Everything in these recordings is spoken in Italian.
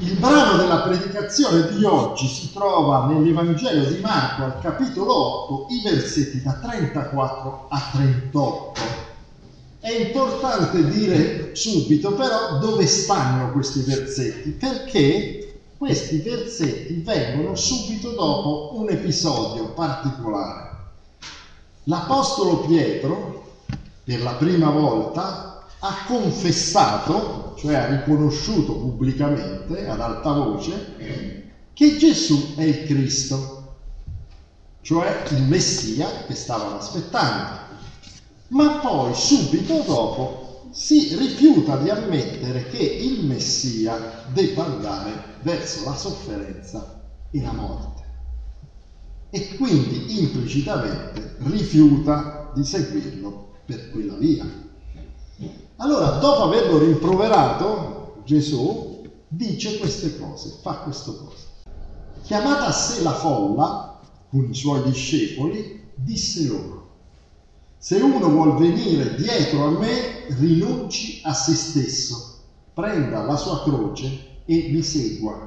Il brano della predicazione di oggi si trova nell'Evangelo di Marco al capitolo 8, i versetti da 34 a 38. È importante dire subito però dove stanno questi versetti, perché questi versetti vengono subito dopo un episodio particolare. L'Apostolo Pietro, per la prima volta, ha confessato, cioè ha riconosciuto pubblicamente, ad alta voce, che Gesù è il Cristo, cioè il Messia che stavano aspettando. Ma poi, subito dopo, si rifiuta di ammettere che il Messia debba andare verso la sofferenza e la morte. E quindi implicitamente rifiuta di seguirlo per quella via. Allora, dopo averlo rimproverato, Gesù dice queste cose, fa queste cose. Chiamata a sé la folla, con i suoi discepoli, disse loro: se uno vuol venire dietro a me, rinunci a se stesso, prenda la sua croce e mi segua.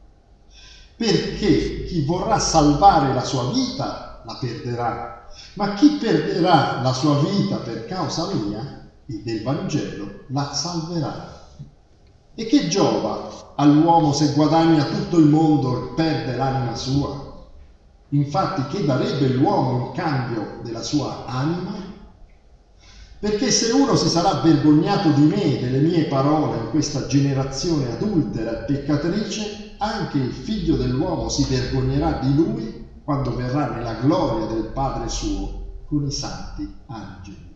Perché chi vorrà salvare la sua vita la perderà, ma chi perderà la sua vita per causa mia e del Vangelo la salverà. E che giova all'uomo se guadagna tutto il mondo e perde l'anima sua? Infatti, che darebbe l'uomo in cambio della sua anima? Perché se uno si sarà vergognato di me, delle mie parole, in questa generazione adultera e peccatrice, anche il figlio dell'uomo si vergognerà di lui quando verrà nella gloria del Padre suo con i santi angeli.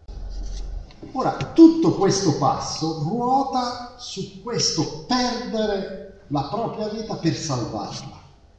Ora, tutto questo passo ruota su questo perdere la propria vita per salvarla.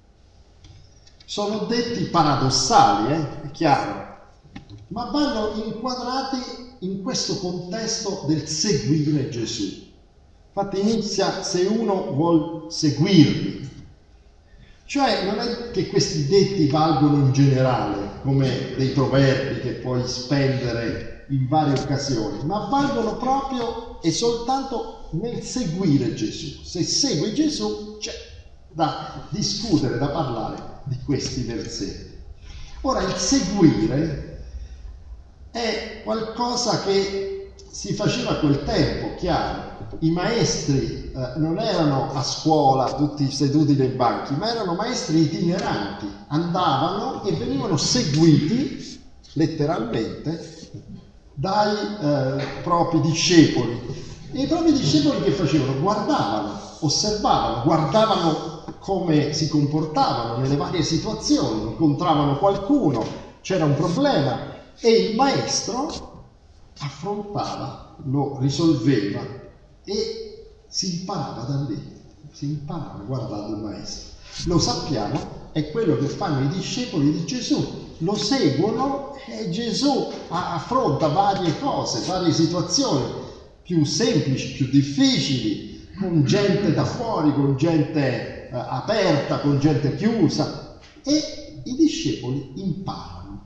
Sono detti paradossali, è chiaro, ma vanno inquadrati in questo contesto del seguire Gesù. Infatti inizia: se uno vuol seguirmi. Cioè non è che questi detti valgono in generale come dei proverbi che puoi spendere in varie occasioni, ma valgono proprio e soltanto nel seguire Gesù. Se segui Gesù c'è da discutere, da parlare di questi versetti. Ora, il seguire è qualcosa che si faceva a quel tempo, chiaro. I maestri non erano a scuola tutti seduti nei banchi, ma erano maestri itineranti, andavano e venivano seguiti letteralmente dai propri discepoli. E i propri discepoli che facevano? Guardavano, osservavano, guardavano come si comportavano nelle varie situazioni, incontravano qualcuno, c'era un problema e il maestro affrontava, lo risolveva e si imparava da lì, si imparava guardando il maestro. Lo sappiamo, è quello che fanno i discepoli di Gesù, lo seguono e Gesù affronta varie cose, varie situazioni, più semplici, più difficili, con gente da fuori, con gente aperta, con gente chiusa, e i discepoli imparano.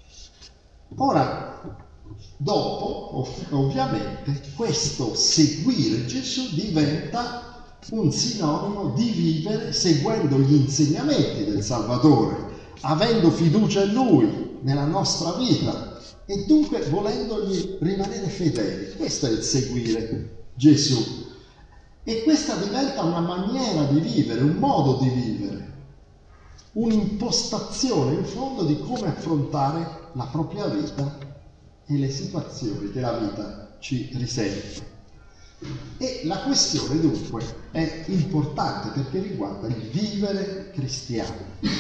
Ora, dopo, ovviamente, questo seguire Gesù diventa un sinonimo di vivere seguendo gli insegnamenti del Salvatore, avendo fiducia in Lui nella nostra vita e dunque volendogli rimanere fedeli. Questo è il seguire Gesù. E questa diventa una maniera di vivere, un modo di vivere, un'impostazione in fondo di come affrontare la propria vita e le situazioni che la vita ci riserva. E la questione dunque è importante perché riguarda il vivere cristiano.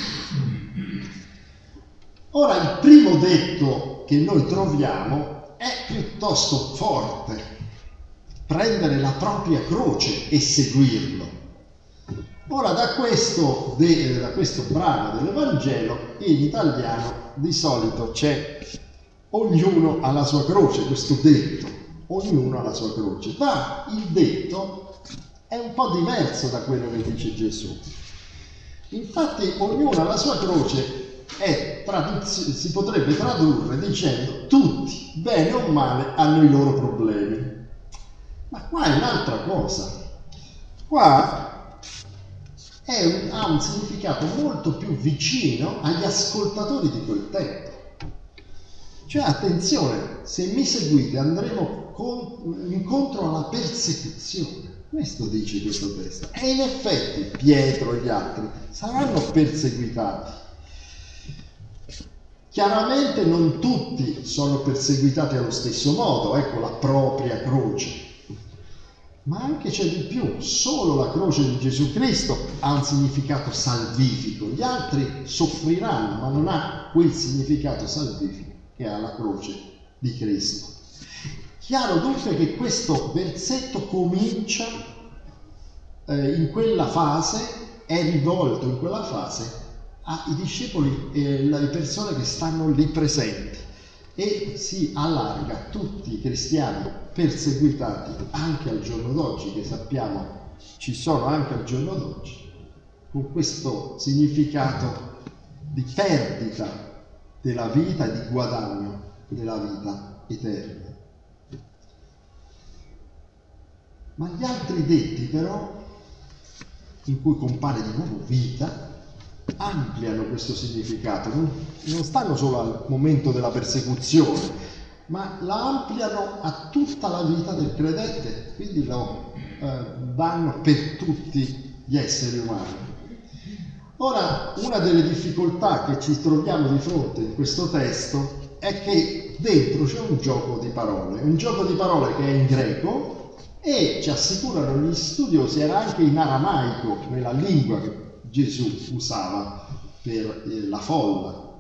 Ora, il primo detto che noi troviamo è piuttosto forte: prendere la propria croce e seguirlo. Ora, da questo brano dell'Evangelo in italiano di solito c'è ognuno ha la sua croce, questo detto, ognuno ha la sua croce, ma il detto è un po' diverso da quello che dice Gesù. Infatti ognuno ha la sua croce si potrebbe tradurre dicendo: tutti, bene o male, hanno i loro problemi. Ma qua è un'altra cosa. Qua ha un significato molto più vicino agli ascoltatori di quel tempo. Cioè, attenzione, se mi seguite andremo incontro alla persecuzione. Questo dice questo testo. E in effetti Pietro e gli altri saranno perseguitati. Chiaramente non tutti sono perseguitati allo stesso modo, ecco la propria croce. Ma anche c'è di più, solo la croce di Gesù Cristo ha un significato salvifico, gli altri soffriranno, ma non ha quel significato salvifico che ha la croce di Cristo. Chiaro dunque che questo versetto comincia in quella fase, è rivolto in quella fase ai discepoli e alle persone che stanno lì presenti e si allarga a tutti i cristiani perseguitati anche al giorno d'oggi, che sappiamo ci sono anche al giorno d'oggi, con questo significato di perdita della vita e di guadagno della vita eterna. Ma gli altri detti però, in cui compare di nuovo vita, ampliano questo significato, non stanno solo al momento della persecuzione, ma la ampliano a tutta la vita del credente, quindi lo danno per tutti gli esseri umani. Ora, una delle difficoltà che ci troviamo di fronte in questo testo è che dentro c'è un gioco di parole che è in greco, e ci assicurano gli studiosi era anche in aramaico, nella lingua che Gesù usava per la folla.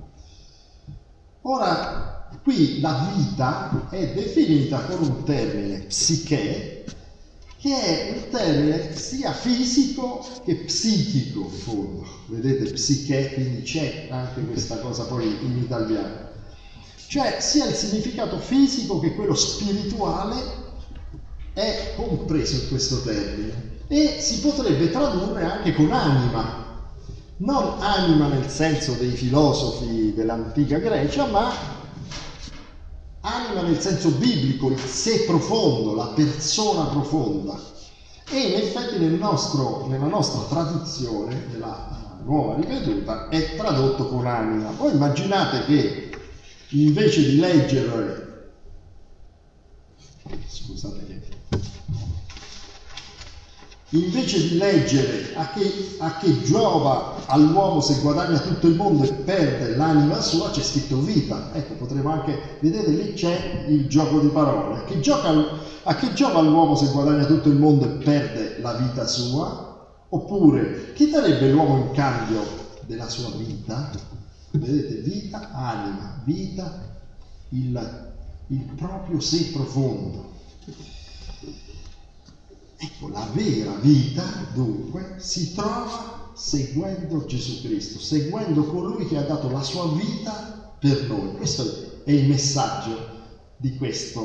Ora, qui la vita è definita con un termine psiche, che è un termine sia fisico che psichico in fondo. Vedete, psiche, quindi c'è anche questa cosa poi in italiano. Cioè sia il significato fisico che quello spirituale è compreso in questo termine e si potrebbe tradurre anche con anima, non anima nel senso dei filosofi dell'antica Grecia, ma anima nel senso biblico, il sé profondo, la persona profonda. E in effetti nella nostra traduzione, nella nuova riveduta, è tradotto con anima. Voi immaginate che invece di leggere a che giova all'uomo se guadagna tutto il mondo e perde l'anima sua, c'è scritto vita. Ecco, potremmo anche, vedete, lì c'è il gioco di parole. A che giova l'uomo se guadagna tutto il mondo e perde la vita sua? Oppure, che darebbe l'uomo in cambio della sua vita? Vedete, vita, anima, vita, il proprio sé profondo. Ecco, la vera vita, dunque, si trova seguendo Gesù Cristo, seguendo colui che ha dato la sua vita per noi. Questo è il messaggio di questi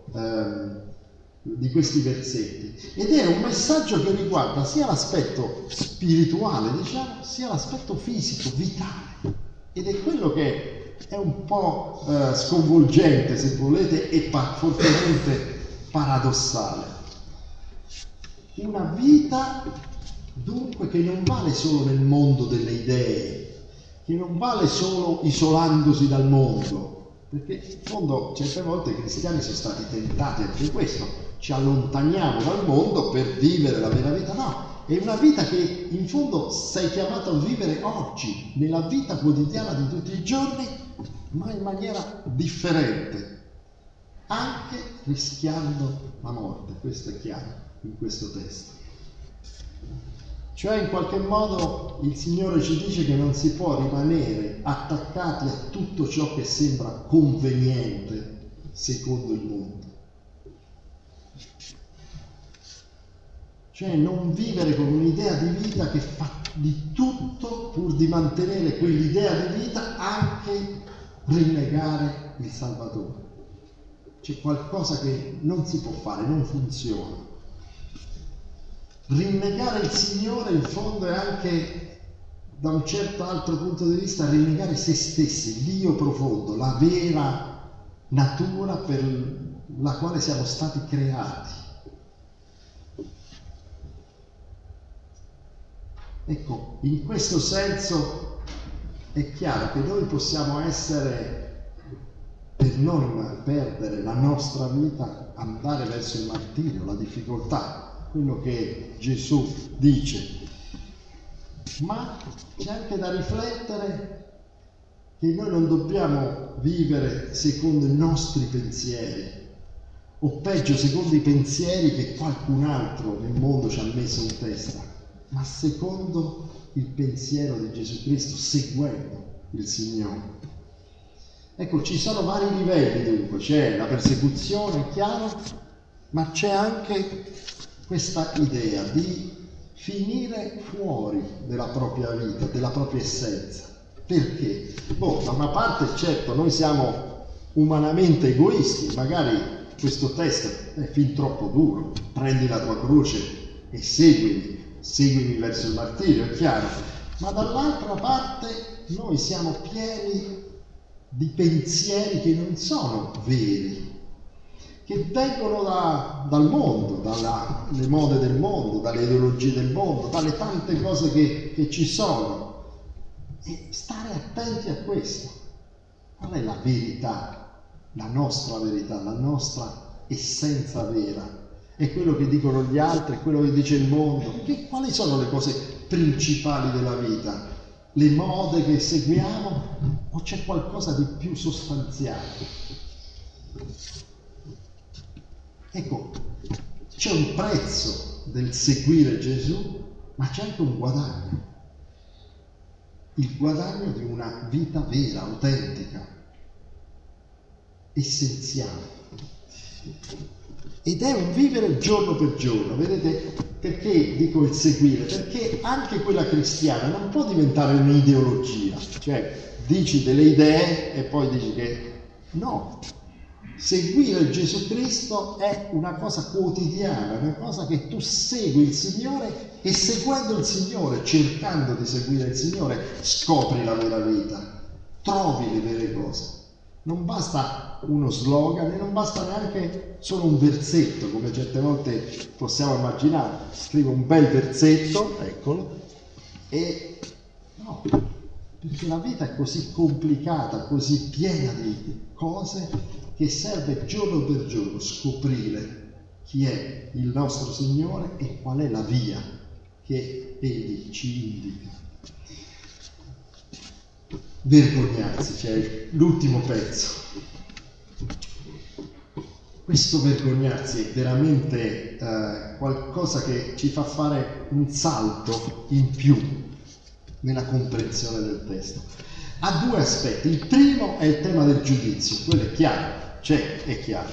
versetti. Ed è un messaggio che riguarda sia l'aspetto spirituale, diciamo, sia l'aspetto fisico, vitale. Ed è quello che è un po' sconvolgente, se volete, e fortemente paradossale. Una vita dunque che non vale solo nel mondo delle idee, che non vale solo isolandosi dal mondo, perché in fondo certe volte i cristiani sono stati tentati anche questo, ci allontaniamo dal mondo per vivere la vera vita. No, è una vita che in fondo sei chiamato a vivere oggi, nella vita quotidiana di tutti i giorni, ma in maniera differente, anche rischiando la morte. Questo è chiaro in questo testo. Cioè, in qualche modo il Signore ci dice che non si può rimanere attaccati a tutto ciò che sembra conveniente secondo il mondo. Cioè non vivere con un'idea di vita che fa di tutto pur di mantenere quell'idea di vita, anche rinnegare il Salvatore. C'è qualcosa che non si può fare, non funziona. Rinnegare il Signore in fondo è anche, da un certo altro punto di vista, rinnegare se stessi, Dio profondo, la vera natura per la quale siamo stati creati. Ecco, in questo senso è chiaro che noi possiamo essere, per non perdere la nostra vita, andare verso il martirio, la difficoltà, quello che Gesù dice. Ma c'è anche da riflettere che noi non dobbiamo vivere secondo i nostri pensieri, o peggio secondo i pensieri che qualcun altro nel mondo ci ha messo in testa, ma secondo il pensiero di Gesù Cristo, seguendo il Signore. Ecco, ci sono vari livelli dunque, c'è la persecuzione, è chiaro, ma c'è anche questa idea di finire fuori della propria vita, della propria essenza. Perché? Da una parte certo noi siamo umanamente egoisti, magari questo testo è fin troppo duro, prendi la tua croce e seguimi verso il martirio, è chiaro, ma dall'altra parte noi siamo pieni di pensieri che non sono veri, che vengono dal mondo, dalle mode del mondo, dalle ideologie del mondo, dalle tante cose che ci sono. E stare attenti a questo. Qual è la verità, la nostra essenza vera? È quello che dicono gli altri, è quello che dice il mondo? Quali sono le cose principali della vita? Le mode che seguiamo o c'è qualcosa di più sostanziale? Ecco, c'è un prezzo del seguire Gesù, ma c'è anche un guadagno. Il guadagno di una vita vera, autentica, essenziale. Ed è un vivere giorno per giorno, vedete? Perché dico il seguire? Perché anche quella cristiana non può diventare un'ideologia, cioè dici delle idee e poi dici che no. Seguire Gesù Cristo è una cosa quotidiana, una cosa che tu segui il Signore e seguendo il Signore, cercando di seguire il Signore, scopri la vera vita, trovi le vere cose. Non basta uno slogan e non basta neanche solo un versetto, come certe volte possiamo immaginare. Scrivo un bel versetto, eccolo, e no, perché la vita è così complicata, così piena di cose, che serve giorno per giorno scoprire chi è il nostro Signore e qual è la via che Egli ci indica. Vergognarsi, cioè l'ultimo pezzo. Questo vergognarsi è veramente qualcosa che ci fa fare un salto in più nella comprensione del testo. Ha due aspetti. Il primo è il tema del giudizio, quello è chiaro. È chiaro.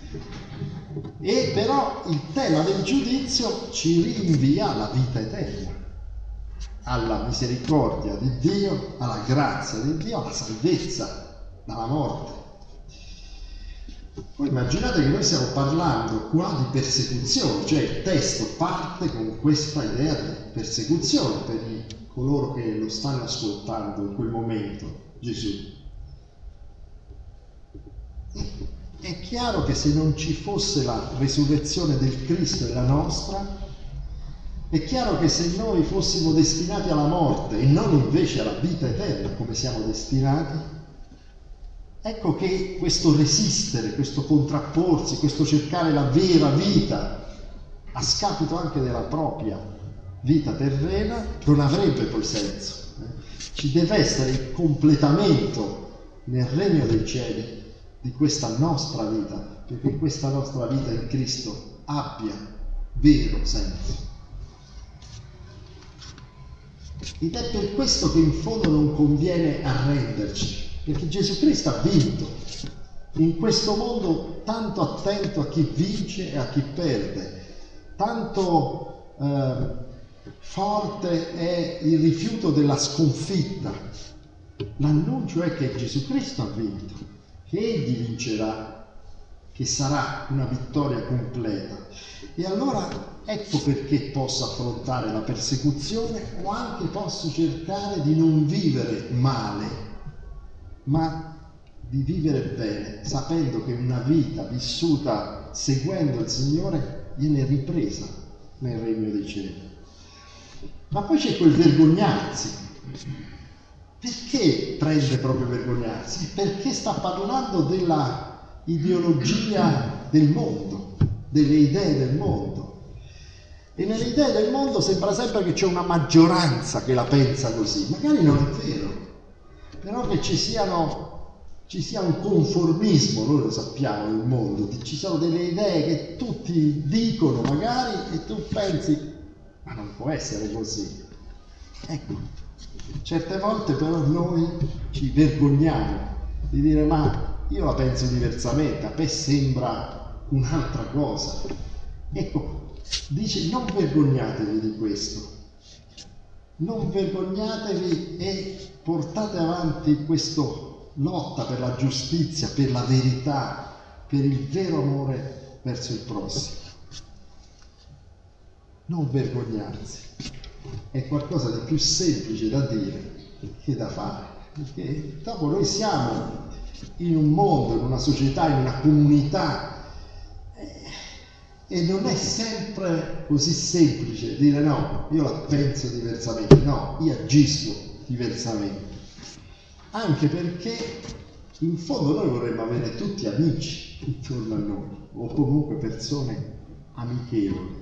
E però il tema del giudizio ci rinvia alla vita eterna, alla misericordia di Dio, alla grazia di Dio, alla salvezza dalla morte. Poi immaginate che noi stiamo parlando qua di persecuzione, cioè il testo parte con questa idea di persecuzione per coloro che lo stanno ascoltando in quel momento, Gesù. È chiaro che se non ci fosse la resurrezione del Cristo e la nostra, è chiaro che se noi fossimo destinati alla morte e non invece alla vita eterna come siamo destinati, ecco che questo resistere, questo contrapporsi, questo cercare la vera vita a scapito anche della propria vita terrena non avrebbe poi senso. Ci deve essere il completamento nel regno dei cieli di questa nostra vita, perché questa nostra vita in Cristo abbia vero senso. Ed è per questo che in fondo non conviene arrenderci, perché Gesù Cristo ha vinto. In questo mondo tanto attento a chi vince e a chi perde, tanto forte è il rifiuto della sconfitta. L'annuncio è che Gesù Cristo ha vinto, che Egli vincerà, che sarà una vittoria completa. E allora ecco perché posso affrontare la persecuzione o anche posso cercare di non vivere male, ma di vivere bene, sapendo che una vita vissuta seguendo il Signore viene ripresa nel regno dei cieli. Ma poi c'è quel vergognarsi. Perché prende proprio vergognarsi? Perché sta parlando della ideologia del mondo, delle idee del mondo. E nelle idee del mondo sembra sempre che c'è una maggioranza che la pensa così. Magari non è vero, però che ci sia un conformismo, noi lo sappiamo nel mondo, ci sono delle idee che tutti dicono magari e tu pensi, ma non può essere così. Ecco. Certe volte però noi ci vergogniamo di dire ma io la penso diversamente, a me sembra un'altra cosa. Ecco, dice non vergognatevi di questo, non vergognatevi e portate avanti questa lotta per la giustizia, per la verità, per il vero amore verso il prossimo. Non vergognarsi. È qualcosa di più semplice da dire che da fare, perché dopo noi siamo in un mondo, in una società, in una comunità e non è sempre così semplice dire no, io la penso diversamente, no, io agisco diversamente, anche perché in fondo noi vorremmo avere tutti amici intorno a noi o comunque persone amichevoli.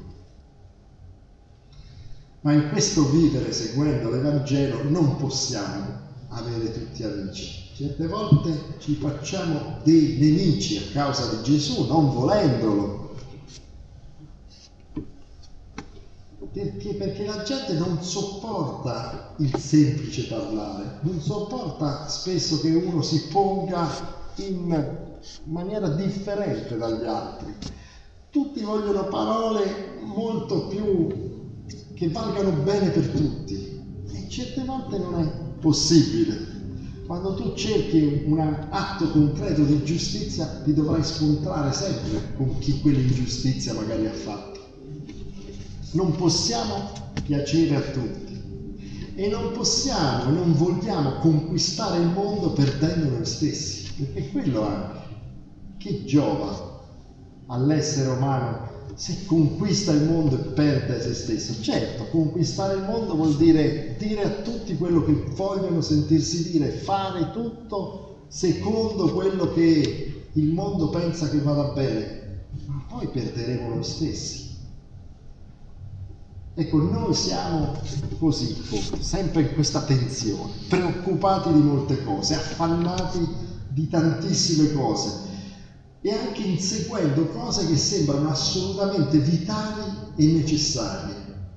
Ma in questo vivere seguendo l'Evangelo non possiamo avere tutti amici. Certe volte ci facciamo dei nemici a causa di Gesù, non volendolo. Perché la gente non sopporta il semplice parlare, non sopporta spesso che uno si ponga in maniera differente dagli altri. Tutti vogliono parole molto più che valgano bene per tutti e certe volte non è possibile. Quando tu cerchi un atto concreto di giustizia ti dovrai scontrare sempre con chi quell'ingiustizia magari ha fatto. Non possiamo piacere a tutti e non possiamo e non vogliamo conquistare il mondo perdendo noi stessi, perché quello anche che giova all'essere umano se conquista il mondo e perde se stesso. Certo, conquistare il mondo vuol dire a tutti quello che vogliono sentirsi dire, fare tutto secondo quello che il mondo pensa che vada bene, ma poi perderemo noi stessi. Ecco, noi siamo così, sempre in questa tensione, preoccupati di molte cose, affannati di tantissime cose, e anche inseguendo cose che sembrano assolutamente vitali e necessarie.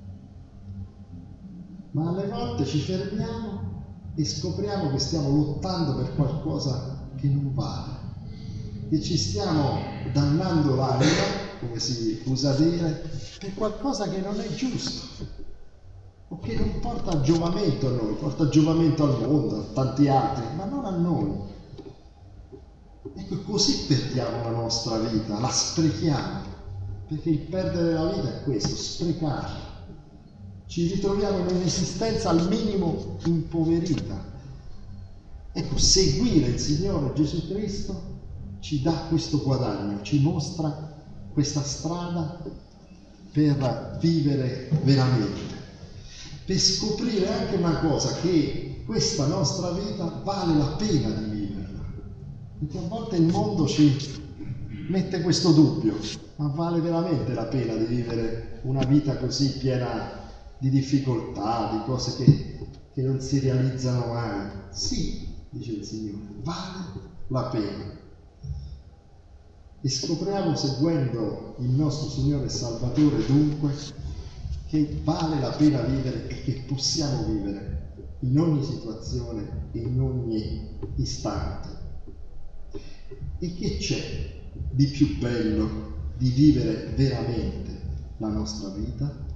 Ma alle volte ci fermiamo e scopriamo che stiamo lottando per qualcosa che non vale, che ci stiamo dannando l'anima, come si usa dire, per qualcosa che non è giusto o che non porta giovamento a noi, porta giovamento al mondo, a tanti altri, ma non a noi. Ecco, così perdiamo la nostra vita, la sprechiamo, perché il perdere la vita è questo, sprecarla. Ci ritroviamo in un'esistenza al minimo impoverita. Ecco, seguire il Signore Gesù Cristo ci dà questo guadagno, ci mostra questa strada per vivere veramente, per scoprire anche una cosa, che questa nostra vita vale la pena di viverla. Perché a volte il mondo ci mette questo dubbio, ma vale veramente la pena di vivere una vita così piena di difficoltà, di cose che non si realizzano mai? Sì, dice il Signore, vale la pena. E scopriamo, seguendo il nostro Signore e Salvatore, dunque, che vale la pena vivere e che possiamo vivere in ogni situazione e in ogni istante. E che c'è di più bello di vivere veramente la nostra vita?